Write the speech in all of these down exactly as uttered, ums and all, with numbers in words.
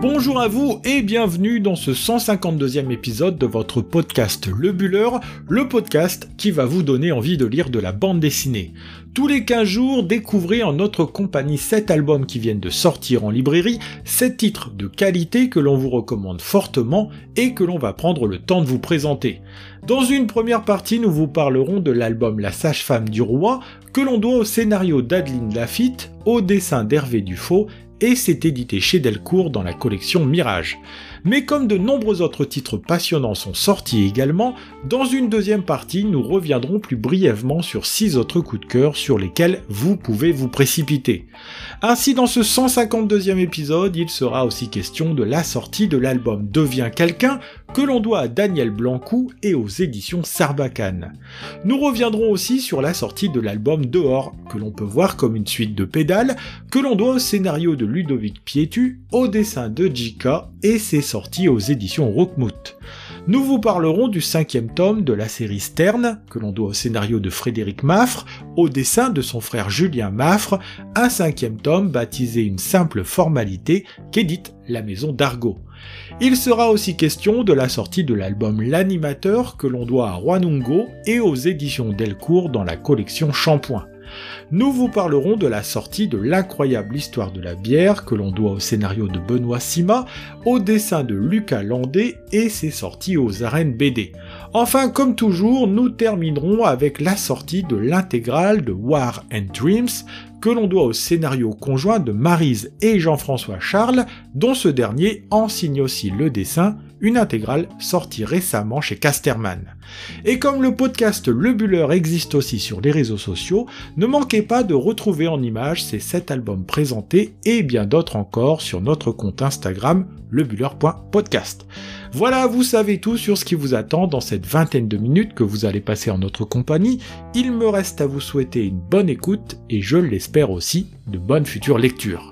Bonjour à vous et bienvenue dans ce cent cinquante-deuxième épisode de votre podcast Le Buller, le podcast qui va vous donner envie de lire de la bande dessinée. Tous les quinze jours, découvrez en notre compagnie sept albums qui viennent de sortir en librairie, sept titres de qualité que l'on vous recommande fortement et que l'on va prendre le temps de vous présenter. Dans une première partie, nous vous parlerons de l'album La Sage-Femme du Roi, que l'on doit au scénario d'Adeline Lafitte, au dessin d'Hervé Dufaux, et c'est édité chez Delcourt dans la collection Mirage. Mais comme de nombreux autres titres passionnants sont sortis également, dans une deuxième partie, nous reviendrons plus brièvement sur six autres coups de cœur sur lesquels vous pouvez vous précipiter. Ainsi, dans ce cent cinquante-deuxième épisode, il sera aussi question de la sortie de l'album Deviens quelqu'un, que l'on doit à Daniel Blancou et aux éditions Sarbacane. Nous reviendrons aussi sur la sortie de l'album Dehors, que l'on peut voir comme une suite de pédales, que l'on doit au scénario de Ludovic Pietu, au dessin de J K, et c'est sorti aux éditions Rockmouth. Nous vous parlerons du cinquième tome de la série Stern, que l'on doit au scénario de Frédéric Maffre, au dessin de son frère Julien Maffre, un cinquième tome baptisé Une simple formalité, qu'édite la maison d'Argo. Il sera aussi question de la sortie de l'album L'Animateur, que l'on doit à Roinungo et aux éditions Delcourt dans la collection Shampoing. Nous vous parlerons de la sortie de L'incroyable histoire de la bière, que l'on doit au scénario de Benoît Sima, au dessin de Lucas Landé, et c'est sorti aux arènes B D. Enfin, comme toujours, nous terminerons avec la sortie de l'intégrale de War and Dreams, que l'on doit au scénario conjoint de Maryse et Jean-François Charles, dont ce dernier en signe aussi le dessin, une intégrale sortie récemment chez Casterman. Et comme le podcast Le Buller existe aussi sur les réseaux sociaux, ne manquez pas de retrouver en images ces sept albums présentés et bien d'autres encore sur notre compte Instagram lebuller point podcast. Voilà, vous savez tout sur ce qui vous attend dans cette vingtaine de minutes que vous allez passer en notre compagnie. Il me reste à vous souhaiter une bonne écoute et je l'espère aussi de bonnes futures lectures.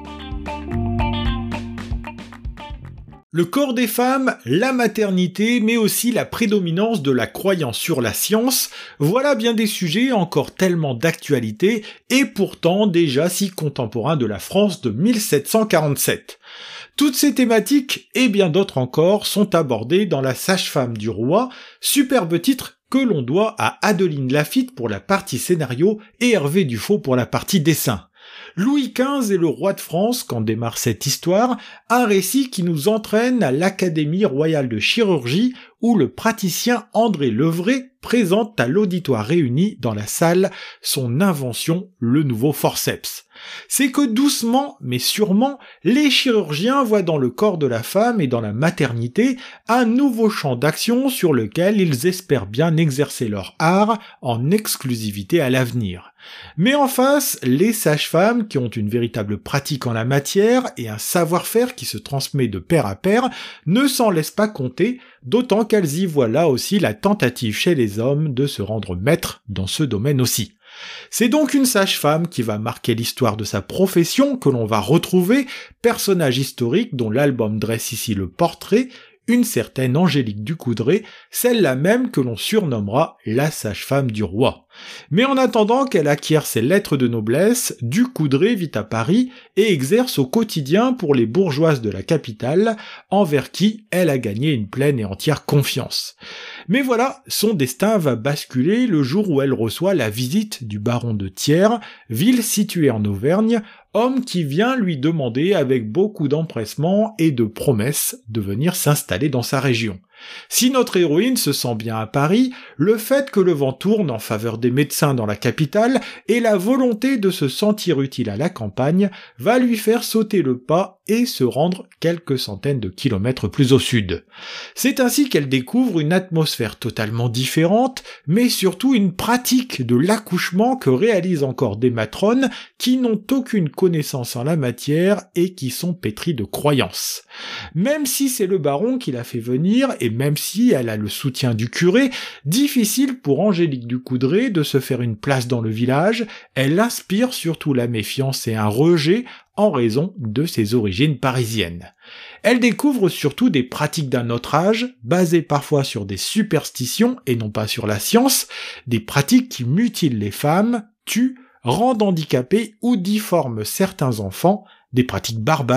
Le corps des femmes, la maternité, mais aussi la prédominance de la croyance sur la science, voilà bien des sujets encore tellement d'actualité et pourtant déjà si contemporains de la France de mille sept cent quarante-sept. Toutes ces thématiques, et bien d'autres encore, sont abordées dans La Sage-Femme du Roi, superbe titre que l'on doit à Adeline Lafitte pour la partie scénario et Hervé Dufaux pour la partie dessin. Louis quinze est le roi de France quand démarre cette histoire, un récit qui nous entraîne à l'Académie royale de chirurgie où le praticien André Levray présente à l'auditoire réuni dans la salle son invention, le nouveau forceps. C'est que doucement, mais sûrement, les chirurgiens voient dans le corps de la femme et dans la maternité un nouveau champ d'action sur lequel ils espèrent bien exercer leur art en exclusivité à l'avenir. Mais en face, les sages-femmes, qui ont une véritable pratique en la matière et un savoir-faire qui se transmet de pair à pair, ne s'en laissent pas compter, d'autant qu'elles y voient là aussi la tentative chez les hommes de se rendre maîtres dans ce domaine aussi. C'est donc une sage-femme qui va marquer l'histoire de sa profession que l'on va retrouver, personnage historique dont l'album dresse ici le portrait, une certaine Angélique Ducoudray, celle-là même que l'on surnommera la sage-femme du roi. Mais en attendant qu'elle acquiert ses lettres de noblesse, Ducoudray vit à Paris et exerce au quotidien pour les bourgeoises de la capitale, envers qui elle a gagné une pleine et entière confiance. Mais voilà, son destin va basculer le jour où elle reçoit la visite du baron de Thiers, ville située en Auvergne, homme qui vient lui demander avec beaucoup d'empressement et de promesses de venir s'installer dans sa région. Si notre héroïne se sent bien à Paris, le fait que le vent tourne en faveur des médecins dans la capitale et la volonté de se sentir utile à la campagne va lui faire sauter le pas et se rendre quelques centaines de kilomètres plus au sud. C'est ainsi qu'elle découvre une atmosphère totalement différente, mais surtout une pratique de l'accouchement que réalisent encore des matrones qui n'ont aucune connaissance en la matière et qui sont pétries de croyances. Même si c'est le baron qui l'a fait venir et même si elle a le soutien du curé, difficile pour Angélique Ducoudray de se faire une place dans le village, elle inspire surtout la méfiance et un rejet en raison de ses origines parisiennes. Elle découvre surtout des pratiques d'un autre âge, basées parfois sur des superstitions et non pas sur la science, des pratiques qui mutilent les femmes, tuent, rendent handicapés ou difforment certains enfants, des pratiques barbares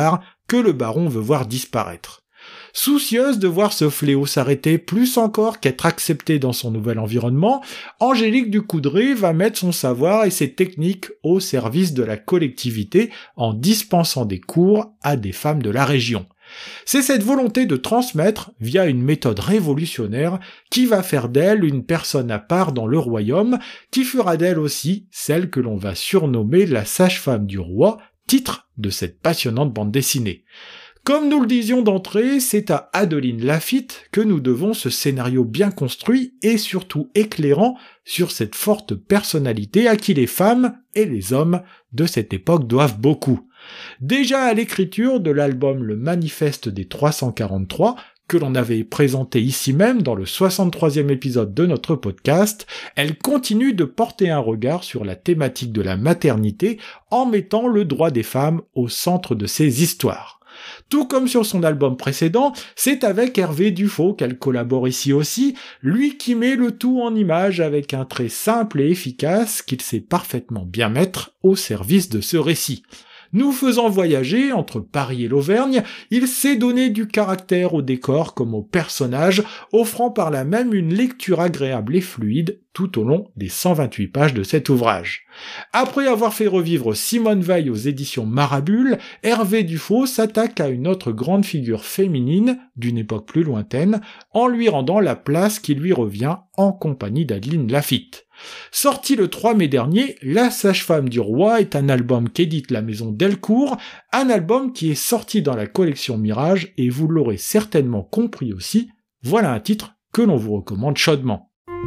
que le baron veut voir disparaître. Soucieuse de voir ce fléau s'arrêter plus encore qu'être accepté dans son nouvel environnement, Angélique Ducoudray va mettre son savoir et ses techniques au service de la collectivité en dispensant des cours à des femmes de la région. C'est cette volonté de transmettre, via une méthode révolutionnaire, qui va faire d'elle une personne à part dans le royaume, qui fera d'elle aussi celle que l'on va surnommer la sage-femme du roi, titre de cette passionnante bande dessinée. Comme nous le disions d'entrée, c'est à Adeline Lafitte que nous devons ce scénario bien construit et surtout éclairant sur cette forte personnalité à qui les femmes et les hommes de cette époque doivent beaucoup. Déjà à l'écriture de l'album Le Manifeste des trois cent quarante-trois, que l'on avait présenté ici même dans le soixante-troisième épisode de notre podcast, elle continue de porter un regard sur la thématique de la maternité en mettant le droit des femmes au centre de ses histoires. Tout comme sur son album précédent, c'est avec Hervé Dufaux qu'elle collabore ici aussi, lui qui met le tout en images avec un trait simple et efficace qu'il sait parfaitement bien mettre au service de ce récit. Nous faisant voyager entre Paris et l'Auvergne, il sait donner du caractère au décor comme aux personnages, offrant par là même une lecture agréable et fluide tout au long des cent vingt-huit pages de cet ouvrage. Après avoir fait revivre Simone Veil aux éditions Marabule, Hervé Dufaux s'attaque à une autre grande figure féminine d'une époque plus lointaine, en lui rendant la place qui lui revient en compagnie d'Adeline Lafitte. Sorti le trois mai dernier, La Sage-Femme du Roi est un album qu'édite la maison Delcourt, un album qui est sorti dans la collection Mirage et vous l'aurez certainement compris aussi, voilà un titre que l'on vous recommande chaudement.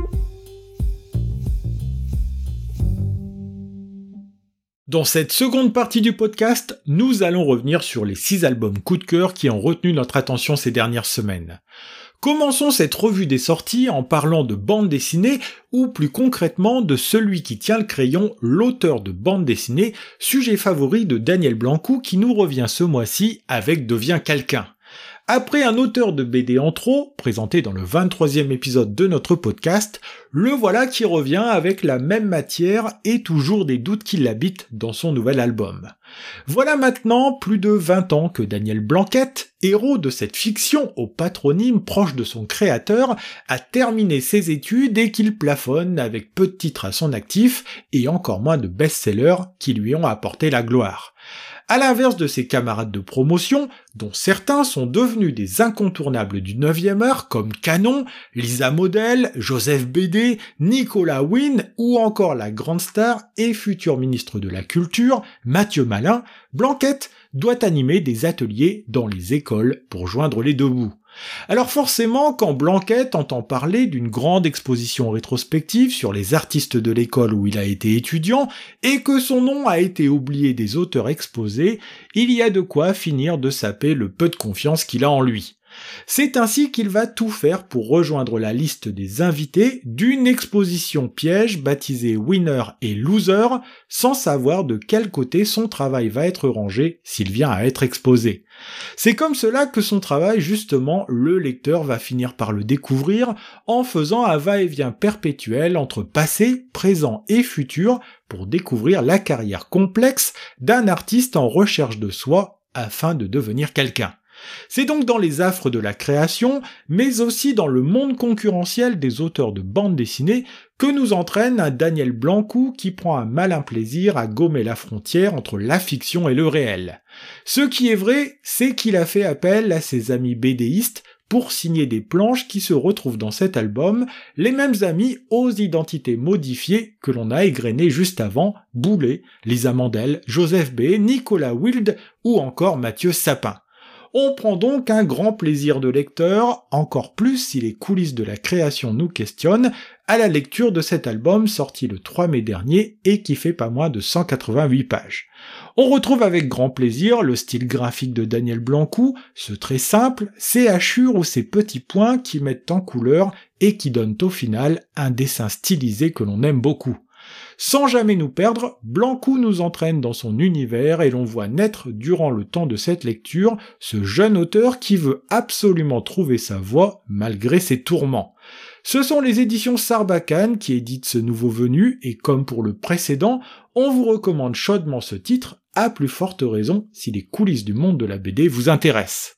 Dans cette seconde partie du podcast, nous allons revenir sur les six albums coup de cœur qui ont retenu notre attention ces dernières semaines. Commençons cette revue des sorties en parlant de bande dessinée, ou plus concrètement de celui qui tient le crayon, l'auteur de bande dessinée, sujet favori de Daniel Blanco qui nous revient ce mois-ci avec Deviens quelqu'un. Après un auteur de B D en trop, présenté dans le vingt-troisième épisode de notre podcast, le voilà qui revient avec la même matière et toujours des doutes qui l'habitent dans son nouvel album. Voilà maintenant plus de vingt ans que Daniel Blanquette, héros de cette fiction au patronyme proche de son créateur, a terminé ses études et qu'il plafonne avec peu de titres à son actif et encore moins de best-sellers qui lui ont apporté la gloire. À l'inverse de ses camarades de promotion, dont certains sont devenus des incontournables du neuvième art comme Canon, Lisa Model, Joseph Bédé, Nicolas Wynne ou encore la grande star et futur ministre de la Culture, Mathieu Malin, Blanquette doit animer des ateliers dans les écoles pour joindre les deux bouts. Alors forcément, quand Blanquette entend parler d'une grande exposition rétrospective sur les artistes de l'école où il a été étudiant, et que son nom a été oublié des auteurs exposés, il y a de quoi finir de saper le peu de confiance qu'il a en lui. C'est ainsi qu'il va tout faire pour rejoindre la liste des invités d'une exposition piège baptisée Winner et Loser, sans savoir de quel côté son travail va être rangé s'il vient à être exposé. C'est comme cela que son travail, justement, le lecteur va finir par le découvrir en faisant un va-et-vient perpétuel entre passé, présent et futur pour découvrir la carrière complexe d'un artiste en recherche de soi afin de devenir quelqu'un. C'est donc dans les affres de la création, mais aussi dans le monde concurrentiel des auteurs de bande dessinée, que nous entraîne un Daniel Blanco qui prend un malin plaisir à gommer la frontière entre la fiction et le réel. Ce qui est vrai, c'est qu'il a fait appel à ses amis bédéistes pour signer des planches qui se retrouvent dans cet album, les mêmes amis aux identités modifiées que l'on a égrenées juste avant, Boulet, Lisa Mandel, Joseph B, Nicolas Wilde ou encore Mathieu Sapin. On prend donc un grand plaisir de lecteur, encore plus si les coulisses de la création nous questionnent, à la lecture de cet album sorti le trois mai dernier et qui fait pas moins de cent quatre-vingt-huit pages. On retrouve avec grand plaisir le style graphique de Daniel Blanco, ce trait simple, ces hachures ou ces petits points qui mettent en couleur et qui donnent au final un dessin stylisé que l'on aime beaucoup. Sans jamais nous perdre, Blanco nous entraîne dans son univers et l'on voit naître durant le temps de cette lecture ce jeune auteur qui veut absolument trouver sa voie malgré ses tourments. Ce sont les éditions Sarbacane qui éditent ce nouveau venu et comme pour le précédent, on vous recommande chaudement ce titre à plus forte raison si les coulisses du monde de la B D vous intéressent.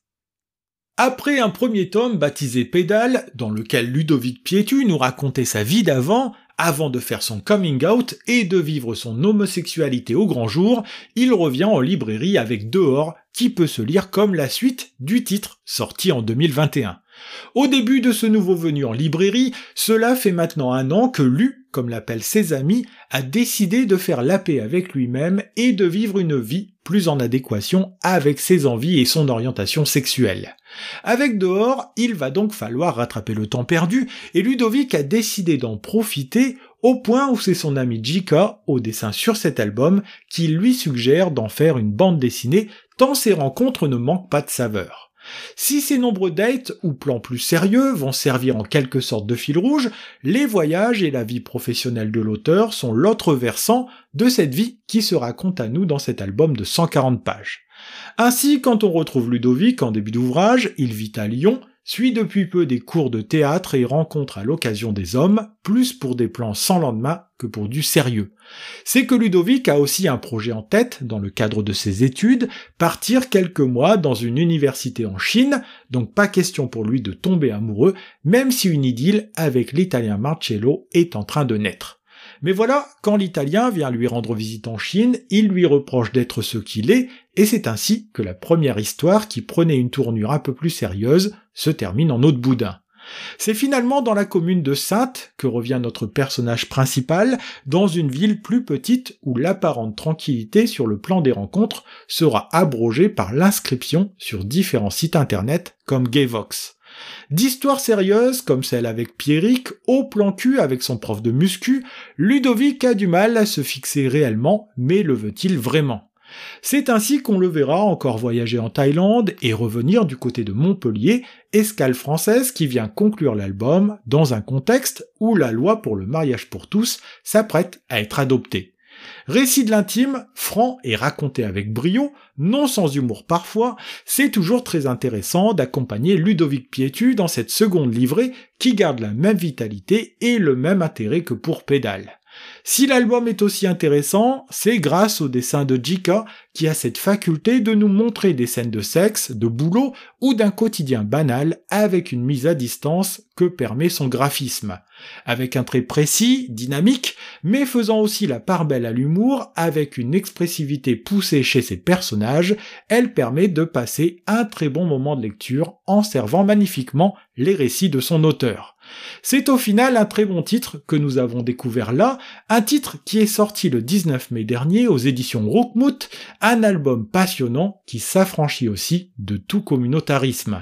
Après un premier tome baptisé Pédale, dans lequel Ludovic Pietu nous racontait sa vie d'avant, avant de faire son coming out et de vivre son homosexualité au grand jour, il revient en librairie avec Dehors, qui peut se lire comme la suite du titre, sorti en deux mille vingt et un. Au début de ce nouveau venu en librairie, cela fait maintenant un an que Lu, comme l'appellent ses amis, a décidé de faire la paix avec lui-même et de vivre une vie plus en adéquation avec ses envies et son orientation sexuelle. Avec Dehors, il va donc falloir rattraper le temps perdu, et Ludovic a décidé d'en profiter au point où c'est son ami Jika, au dessin sur cet album, qui lui suggère d'en faire une bande dessinée, tant ces rencontres ne manquent pas de saveur. Si ces nombreux dates ou plans plus sérieux vont servir en quelque sorte de fil rouge, les voyages et la vie professionnelle de l'auteur sont l'autre versant de cette vie qui se raconte à nous dans cet album de cent quarante pages. Ainsi, quand on retrouve Ludovic en début d'ouvrage, il vit à Lyon, suit depuis peu des cours de théâtre et rencontre à l'occasion des hommes, plus pour des plans sans lendemain que pour du sérieux. C'est que Ludovic a aussi un projet en tête, dans le cadre de ses études, partir quelques mois dans une université en Chine, donc pas question pour lui de tomber amoureux, même si une idylle avec l'italien Marcello est en train de naître. Mais voilà, quand l'italien vient lui rendre visite en Chine, il lui reproche d'être ce qu'il est, et c'est ainsi que la première histoire, qui prenait une tournure un peu plus sérieuse, se termine en eau de boudin. C'est finalement dans la commune de Saintes que revient notre personnage principal, dans une ville plus petite où l'apparente tranquillité sur le plan des rencontres sera abrogée par l'inscription sur différents sites internet comme Gayvox. D'histoires sérieuses comme celle avec Pierrick, au plan cul avec son prof de muscu, Ludovic a du mal à se fixer réellement, mais le veut-il vraiment ? C'est ainsi qu'on le verra encore voyager en Thaïlande et revenir du côté de Montpellier, escale française qui vient conclure l'album dans un contexte où la loi pour le mariage pour tous s'apprête à être adoptée. Récit de l'intime, franc et raconté avec brio, non sans humour parfois, c'est toujours très intéressant d'accompagner Ludovic Pietu dans cette seconde livrée qui garde la même vitalité et le même intérêt que pour Pédale. Si l'album est aussi intéressant, c'est grâce au dessin de Jika qui a cette faculté de nous montrer des scènes de sexe, de boulot ou d'un quotidien banal avec une mise à distance que permet son graphisme. Avec un trait précis, dynamique, mais faisant aussi la part belle à l'humour, avec une expressivité poussée chez ses personnages, elle permet de passer un très bon moment de lecture en servant magnifiquement les récits de son auteur. C'est au final un très bon titre que nous avons découvert là, un titre qui est sorti le dix-neuf mai dernier aux éditions Roukmout, un album passionnant qui s'affranchit aussi de tout communautarisme.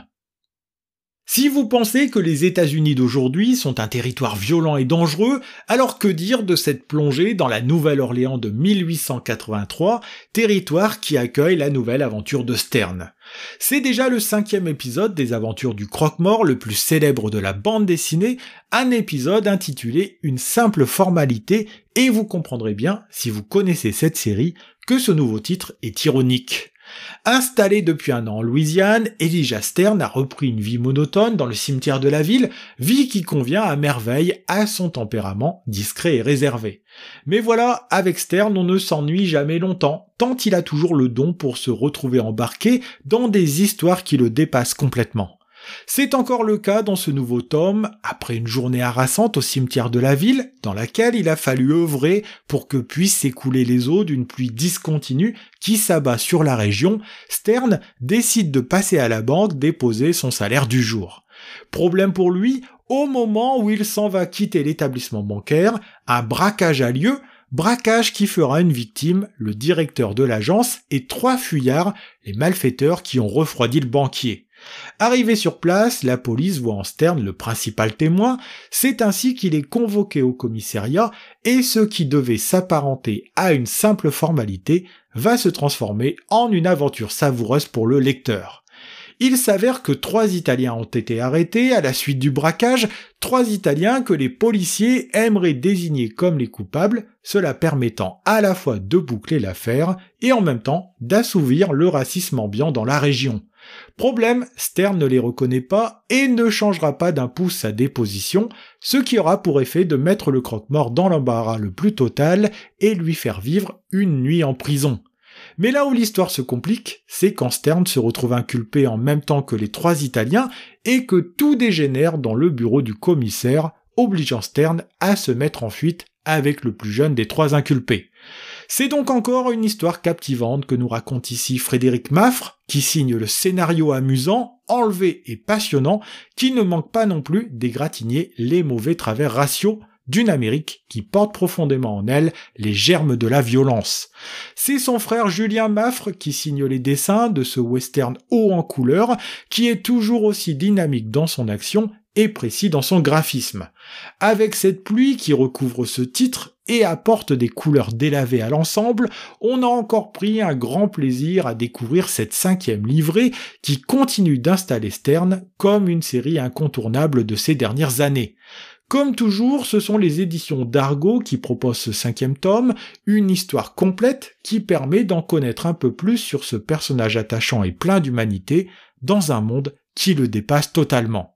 Si vous pensez que les États-Unis d'aujourd'hui sont un territoire violent et dangereux, alors que dire de cette plongée dans la Nouvelle-Orléans de mille huit cent quatre-vingt-trois, territoire qui accueille la nouvelle aventure de Stern. C'est déjà le cinquième épisode des aventures du Croque-Mort, le plus célèbre de la bande dessinée, un épisode intitulé Une simple formalité, et vous comprendrez bien, si vous connaissez cette série, que ce nouveau titre est ironique. Installé depuis un an en Louisiane, Elijah Stern a repris une vie monotone dans le cimetière de la ville, vie qui convient à merveille à son tempérament discret et réservé. Mais voilà, avec Stern, on ne s'ennuie jamais longtemps, tant il a toujours le don pour se retrouver embarqué dans des histoires qui le dépassent complètement. C'est encore le cas dans ce nouveau tome, après une journée harassante au cimetière de la ville, dans laquelle il a fallu œuvrer pour que puissent s'écouler les eaux d'une pluie discontinue qui s'abat sur la région, Stern décide de passer à la banque déposer son salaire du jour. Problème pour lui, au moment où il s'en va quitter l'établissement bancaire, un braquage a lieu, braquage qui fera une victime, le directeur de l'agence, et trois fuyards, les malfaiteurs qui ont refroidi le banquier. Arrivé sur place, la police voit en Stern le principal témoin, c'est ainsi qu'il est convoqué au commissariat et ce qui devait s'apparenter à une simple formalité va se transformer en une aventure savoureuse pour le lecteur. Il s'avère que trois Italiens ont été arrêtés à la suite du braquage, trois Italiens que les policiers aimeraient désigner comme les coupables, cela permettant à la fois de boucler l'affaire et en même temps d'assouvir le racisme ambiant dans la région. Problème, Stern ne les reconnaît pas et ne changera pas d'un pouce sa déposition, ce qui aura pour effet de mettre le croque-mort dans l'embarras le plus total et lui faire vivre une nuit en prison. Mais là où l'histoire se complique, c'est quand Stern se retrouve inculpé en même temps que les trois Italiens et que tout dégénère dans le bureau du commissaire, obligeant Stern à se mettre en fuite avec le plus jeune des trois inculpés. C'est donc encore une histoire captivante que nous raconte ici Frédéric Maffre, qui signe le scénario amusant, enlevé et passionnant, qui ne manque pas non plus d'égratigner les mauvais travers raciaux d'une Amérique qui porte profondément en elle les germes de la violence. C'est son frère Julien Maffre qui signe les dessins de ce western haut en couleur, qui est toujours aussi dynamique dans son action et précis dans son graphisme. Avec cette pluie qui recouvre ce titre et apporte des couleurs délavées à l'ensemble, on a encore pris un grand plaisir à découvrir cette cinquième livrée qui continue d'installer Stern comme une série incontournable de ces dernières années. Comme toujours, ce sont les éditions d'Argo qui proposent ce cinquième tome, une histoire complète qui permet d'en connaître un peu plus sur ce personnage attachant et plein d'humanité dans un monde qui le dépasse totalement.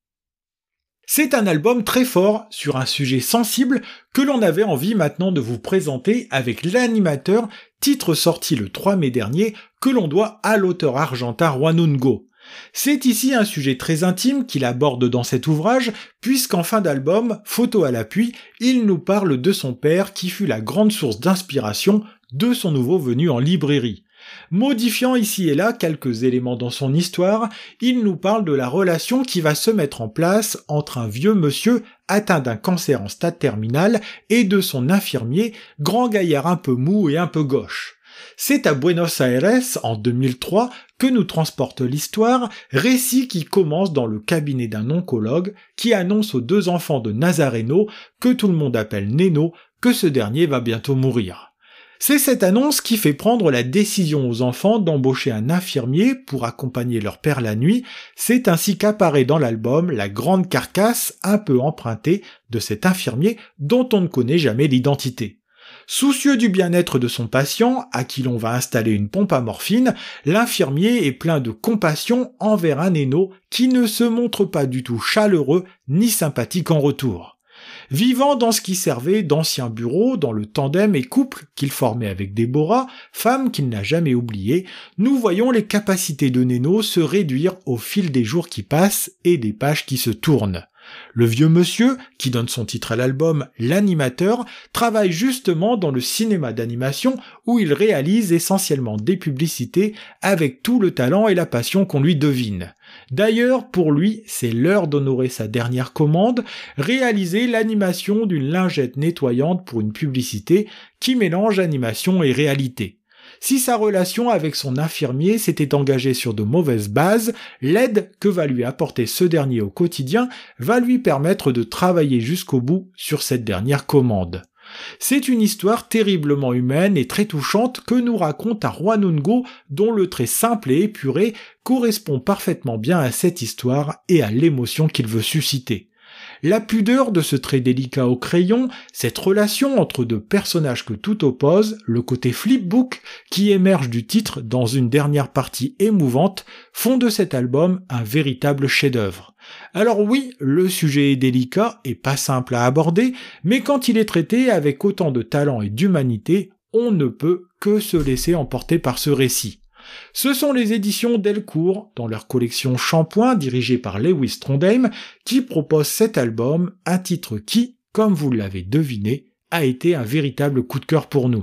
C'est un album très fort sur un sujet sensible que l'on avait envie maintenant de vous présenter avec l'animateur, titre sorti le trois mai dernier, que l'on doit à l'auteur argentin Juan Ungo. C'est ici un sujet très intime qu'il aborde dans cet ouvrage, puisqu'en fin d'album, photo à l'appui, il nous parle de son père qui fut la grande source d'inspiration de son nouveau venu en librairie. Modifiant ici et là quelques éléments dans son histoire, il nous parle de la relation qui va se mettre en place entre un vieux monsieur atteint d'un cancer en stade terminal et de son infirmier, grand gaillard un peu mou et un peu gauche. C'est à Buenos Aires, en deux mille trois, que nous transporte l'histoire, récit qui commence dans le cabinet d'un oncologue qui annonce aux deux enfants de Nazareno, que tout le monde appelle Neno, que ce dernier va bientôt mourir. C'est cette annonce qui fait prendre la décision aux enfants d'embaucher un infirmier pour accompagner leur père la nuit. C'est ainsi qu'apparaît dans l'album la grande carcasse un peu empruntée de cet infirmier dont on ne connaît jamais l'identité. Soucieux du bien-être de son patient, à qui l'on va installer une pompe à morphine, l'infirmier est plein de compassion envers un Neno qui ne se montre pas du tout chaleureux ni sympathique en retour. Vivant dans ce qui servait d'ancien bureau, dans le tandem et couple qu'il formait avec Déborah, femme qu'il n'a jamais oubliée, nous voyons les capacités de Neno se réduire au fil des jours qui passent et des pages qui se tournent. Le vieux monsieur, qui donne son titre à l'album, l'animateur, travaille justement dans le cinéma d'animation où il réalise essentiellement des publicités avec tout le talent et la passion qu'on lui devine. D'ailleurs, pour lui, c'est l'heure d'honorer sa dernière commande, réaliser l'animation d'une lingette nettoyante pour une publicité qui mélange animation et réalité. Si sa relation avec son infirmier s'était engagée sur de mauvaises bases, l'aide que va lui apporter ce dernier au quotidien va lui permettre de travailler jusqu'au bout sur cette dernière commande. C'est une histoire terriblement humaine et très touchante que nous raconte à Juan Ungo, dont le trait simple et épuré correspond parfaitement bien à cette histoire et à l'émotion qu'il veut susciter. La pudeur de ce trait délicat au crayon, cette relation entre deux personnages que tout oppose, le côté flipbook qui émerge du titre dans une dernière partie émouvante, font de cet album un véritable chef-d'œuvre. Alors oui, le sujet est délicat et pas simple à aborder, mais quand il est traité avec autant de talent et d'humanité, on ne peut que se laisser emporter par ce récit. Ce sont les éditions Delcourt, dans leur collection Shampoing dirigée par Lewis Trondheim, qui proposent cet album, un titre qui, comme vous l'avez deviné, a été un véritable coup de cœur pour nous.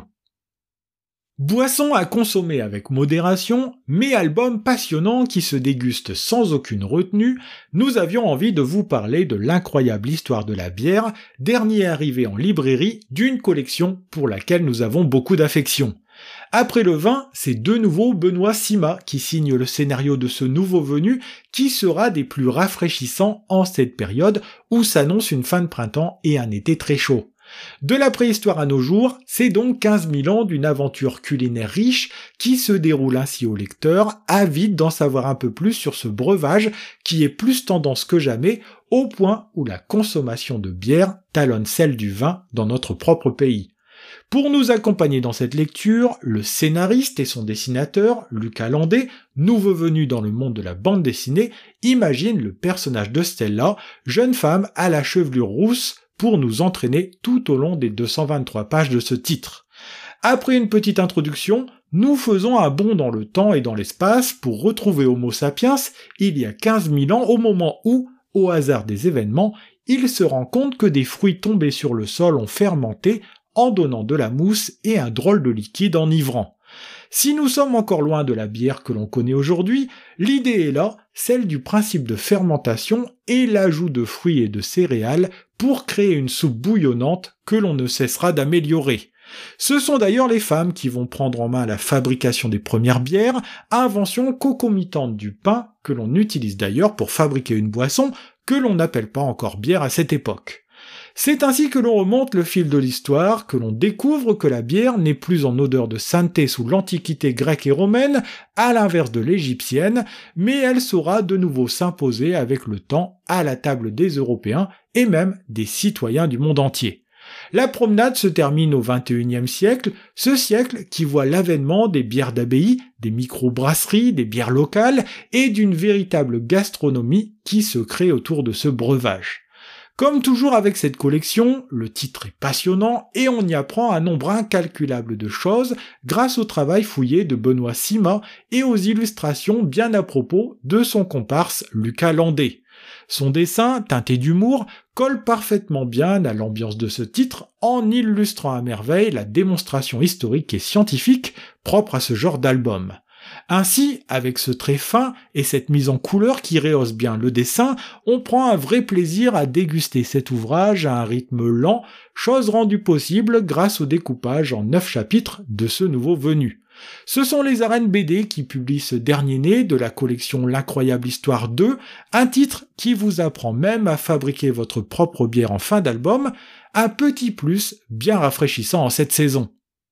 Boisson à consommer avec modération, mais album passionnant qui se déguste sans aucune retenue, nous avions envie de vous parler de l'incroyable histoire de la bière, dernier arrivé en librairie d'une collection pour laquelle nous avons beaucoup d'affection. Après le vin, c'est de nouveau Benoît Sima qui signe le scénario de ce nouveau venu qui sera des plus rafraîchissants en cette période où s'annonce une fin de printemps et un été très chaud. De la préhistoire à nos jours, c'est donc quinze mille ans d'une aventure culinaire riche qui se déroule ainsi au lecteur, avide d'en savoir un peu plus sur ce breuvage qui est plus tendance que jamais, au point où la consommation de bière talonne celle du vin dans notre propre pays. Pour nous accompagner dans cette lecture, le scénariste et son dessinateur, Lucas Landé, nouveau venu dans le monde de la bande dessinée, imagine le personnage de Stella, jeune femme à la chevelure rousse, pour nous entraîner tout au long des deux cent vingt-trois pages de ce titre. Après une petite introduction, nous faisons un bond dans le temps et dans l'espace pour retrouver Homo sapiens il y a quinze mille ans au moment où, au hasard des événements, il se rend compte que des fruits tombés sur le sol ont fermenté en donnant de la mousse et un drôle de liquide enivrant. Si nous sommes encore loin de la bière que l'on connaît aujourd'hui, l'idée est là, celle du principe de fermentation et l'ajout de fruits et de céréales pour créer une soupe bouillonnante que l'on ne cessera d'améliorer. Ce sont d'ailleurs les femmes qui vont prendre en main la fabrication des premières bières, invention concomitante du pain que l'on utilise d'ailleurs pour fabriquer une boisson que l'on n'appelle pas encore bière à cette époque. C'est ainsi que l'on remonte le fil de l'histoire, que l'on découvre que la bière n'est plus en odeur de sainteté sous l'Antiquité grecque et romaine, à l'inverse de l'égyptienne, mais elle saura de nouveau s'imposer avec le temps à la table des Européens et même des citoyens du monde entier. La promenade se termine au vingt et unième siècle, ce siècle qui voit l'avènement des bières d'abbaye, des micro-brasseries, des bières locales et d'une véritable gastronomie qui se crée autour de ce breuvage. Comme toujours avec cette collection, le titre est passionnant et on y apprend un nombre incalculable de choses grâce au travail fouillé de Benoît Sima et aux illustrations bien à propos de son comparse Lucas Landé. Son dessin, teinté d'humour, colle parfaitement bien à l'ambiance de ce titre en illustrant à merveille la démonstration historique et scientifique propre à ce genre d'album. Ainsi, avec ce trait fin et cette mise en couleur qui rehausse bien le dessin, on prend un vrai plaisir à déguster cet ouvrage à un rythme lent, chose rendue possible grâce au découpage en neuf chapitres de ce nouveau venu. Ce sont les Arènes B D qui publient ce dernier né de la collection L'Incroyable Histoire deux, un titre qui vous apprend même à fabriquer votre propre bière en fin d'album, un petit plus bien rafraîchissant en cette saison.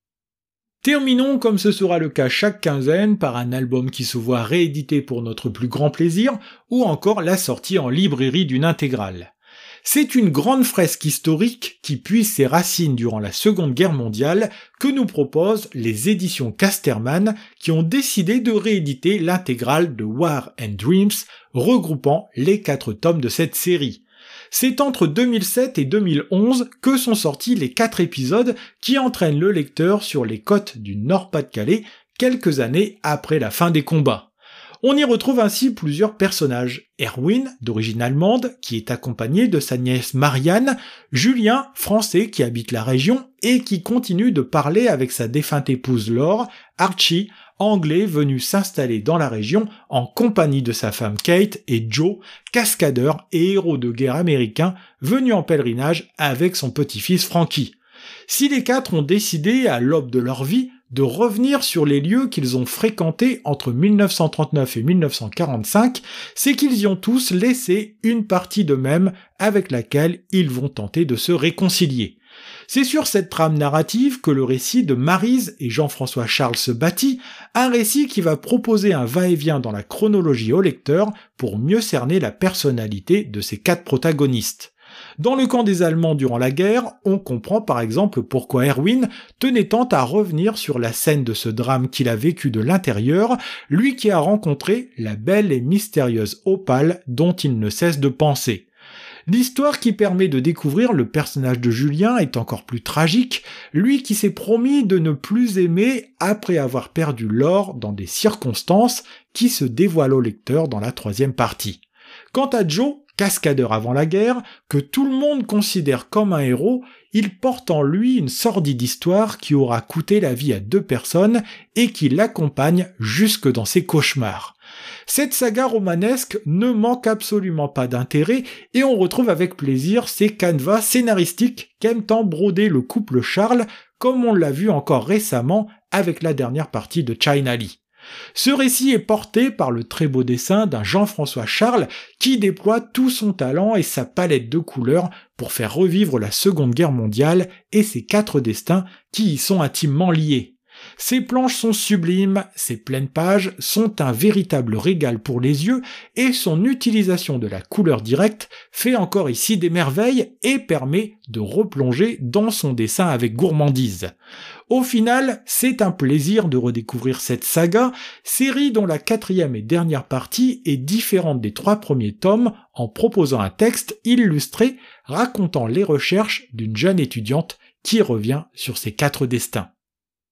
Terminons, comme ce sera le cas chaque quinzaine, par un album qui se voit réédité pour notre plus grand plaisir, ou encore la sortie en librairie d'une intégrale. C'est une grande fresque historique qui puise ses racines durant la Seconde Guerre mondiale que nous proposent les éditions Casterman qui ont décidé de rééditer l'intégrale de War and Dreams, regroupant les quatre tomes de cette série. C'est entre deux mille sept et deux mille onze que sont sortis les quatre épisodes qui entraînent le lecteur sur les côtes du Nord-Pas-de-Calais quelques années après la fin des combats. On y retrouve ainsi plusieurs personnages. Erwin, d'origine allemande, qui est accompagné de sa nièce Marianne, Julien, français qui habite la région et qui continue de parler avec sa défunte épouse Laure, Archie, anglais venu s'installer dans la région en compagnie de sa femme Kate et Joe, cascadeur et héros de guerre américain venu en pèlerinage avec son petit-fils Frankie. Si les quatre ont décidé à l'aube de leur vie de revenir sur les lieux qu'ils ont fréquentés entre mille neuf cent trente-neuf et mille neuf cent quarante-cinq, c'est qu'ils y ont tous laissé une partie d'eux-mêmes avec laquelle ils vont tenter de se réconcilier. C'est sur cette trame narrative que le récit de Maryse et Jean-François Charles se bâtit, un récit qui va proposer un va-et-vient dans la chronologie au lecteur pour mieux cerner la personnalité de ces quatre protagonistes. Dans le camp des Allemands durant la guerre, on comprend par exemple pourquoi Erwin tenait tant à revenir sur la scène de ce drame qu'il a vécu de l'intérieur, lui qui a rencontré la belle et mystérieuse Opale dont il ne cesse de penser. L'histoire qui permet de découvrir le personnage de Julien est encore plus tragique, lui qui s'est promis de ne plus aimer après avoir perdu Laure dans des circonstances qui se dévoilent au lecteur dans la troisième partie. Quant à Joe, cascadeur avant la guerre, que tout le monde considère comme un héros, il porte en lui une sordide histoire qui aura coûté la vie à deux personnes et qui l'accompagne jusque dans ses cauchemars. Cette saga romanesque ne manque absolument pas d'intérêt et on retrouve avec plaisir ces canevas scénaristiques qu'aime tant broder le couple Charles, comme on l'a vu encore récemment avec la dernière partie de China Lee. Ce récit est porté par le très beau dessin d'un Jean-François Charles qui déploie tout son talent et sa palette de couleurs pour faire revivre la Seconde Guerre mondiale et ses quatre destins qui y sont intimement liés. Ces planches sont sublimes, ces pleines pages sont un véritable régal pour les yeux et son utilisation de la couleur directe fait encore ici des merveilles et permet de replonger dans son dessin avec gourmandise. Au final, c'est un plaisir de redécouvrir cette saga, série dont la quatrième et dernière partie est différente des trois premiers tomes en proposant un texte illustré racontant les recherches d'une jeune étudiante qui revient sur ses quatre destins.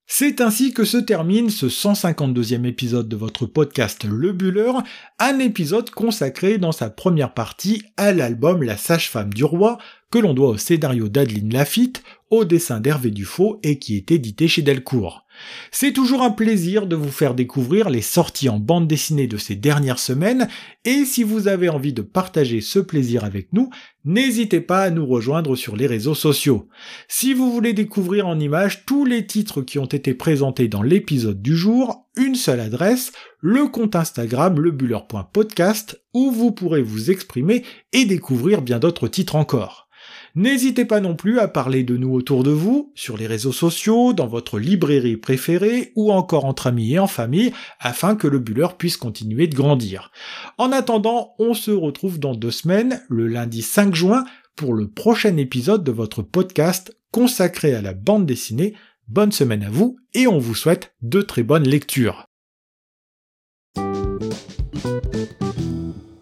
C'est ainsi que se termine ce cent cinquante-deuxième épisode de votre podcast Le Buller, un épisode consacré dans sa première partie à l'album La Sage-Femme du Roi, que l'on doit au scénario d'Adeline Lafitte, au dessin d'Hervé Dufaux et qui est édité chez Delcourt. C'est toujours un plaisir de vous faire découvrir les sorties en bande dessinée de ces dernières semaines, et si vous avez envie de partager ce plaisir avec nous, n'hésitez pas à nous rejoindre sur les réseaux sociaux. Si vous voulez découvrir en images tous les titres qui ont été présentés dans l'épisode du jour, une seule adresse, le compte Instagram lebuller point podcast, où vous pourrez vous exprimer et découvrir bien d'autres titres encore. N'hésitez pas non plus à parler de nous autour de vous, sur les réseaux sociaux, dans votre librairie préférée ou encore entre amis et en famille, afin que le Buller puisse continuer de grandir. En attendant, on se retrouve dans deux semaines, le lundi cinq juin, pour le prochain épisode de votre podcast consacré à la bande dessinée. Bonne semaine à vous et on vous souhaite de très bonnes lectures.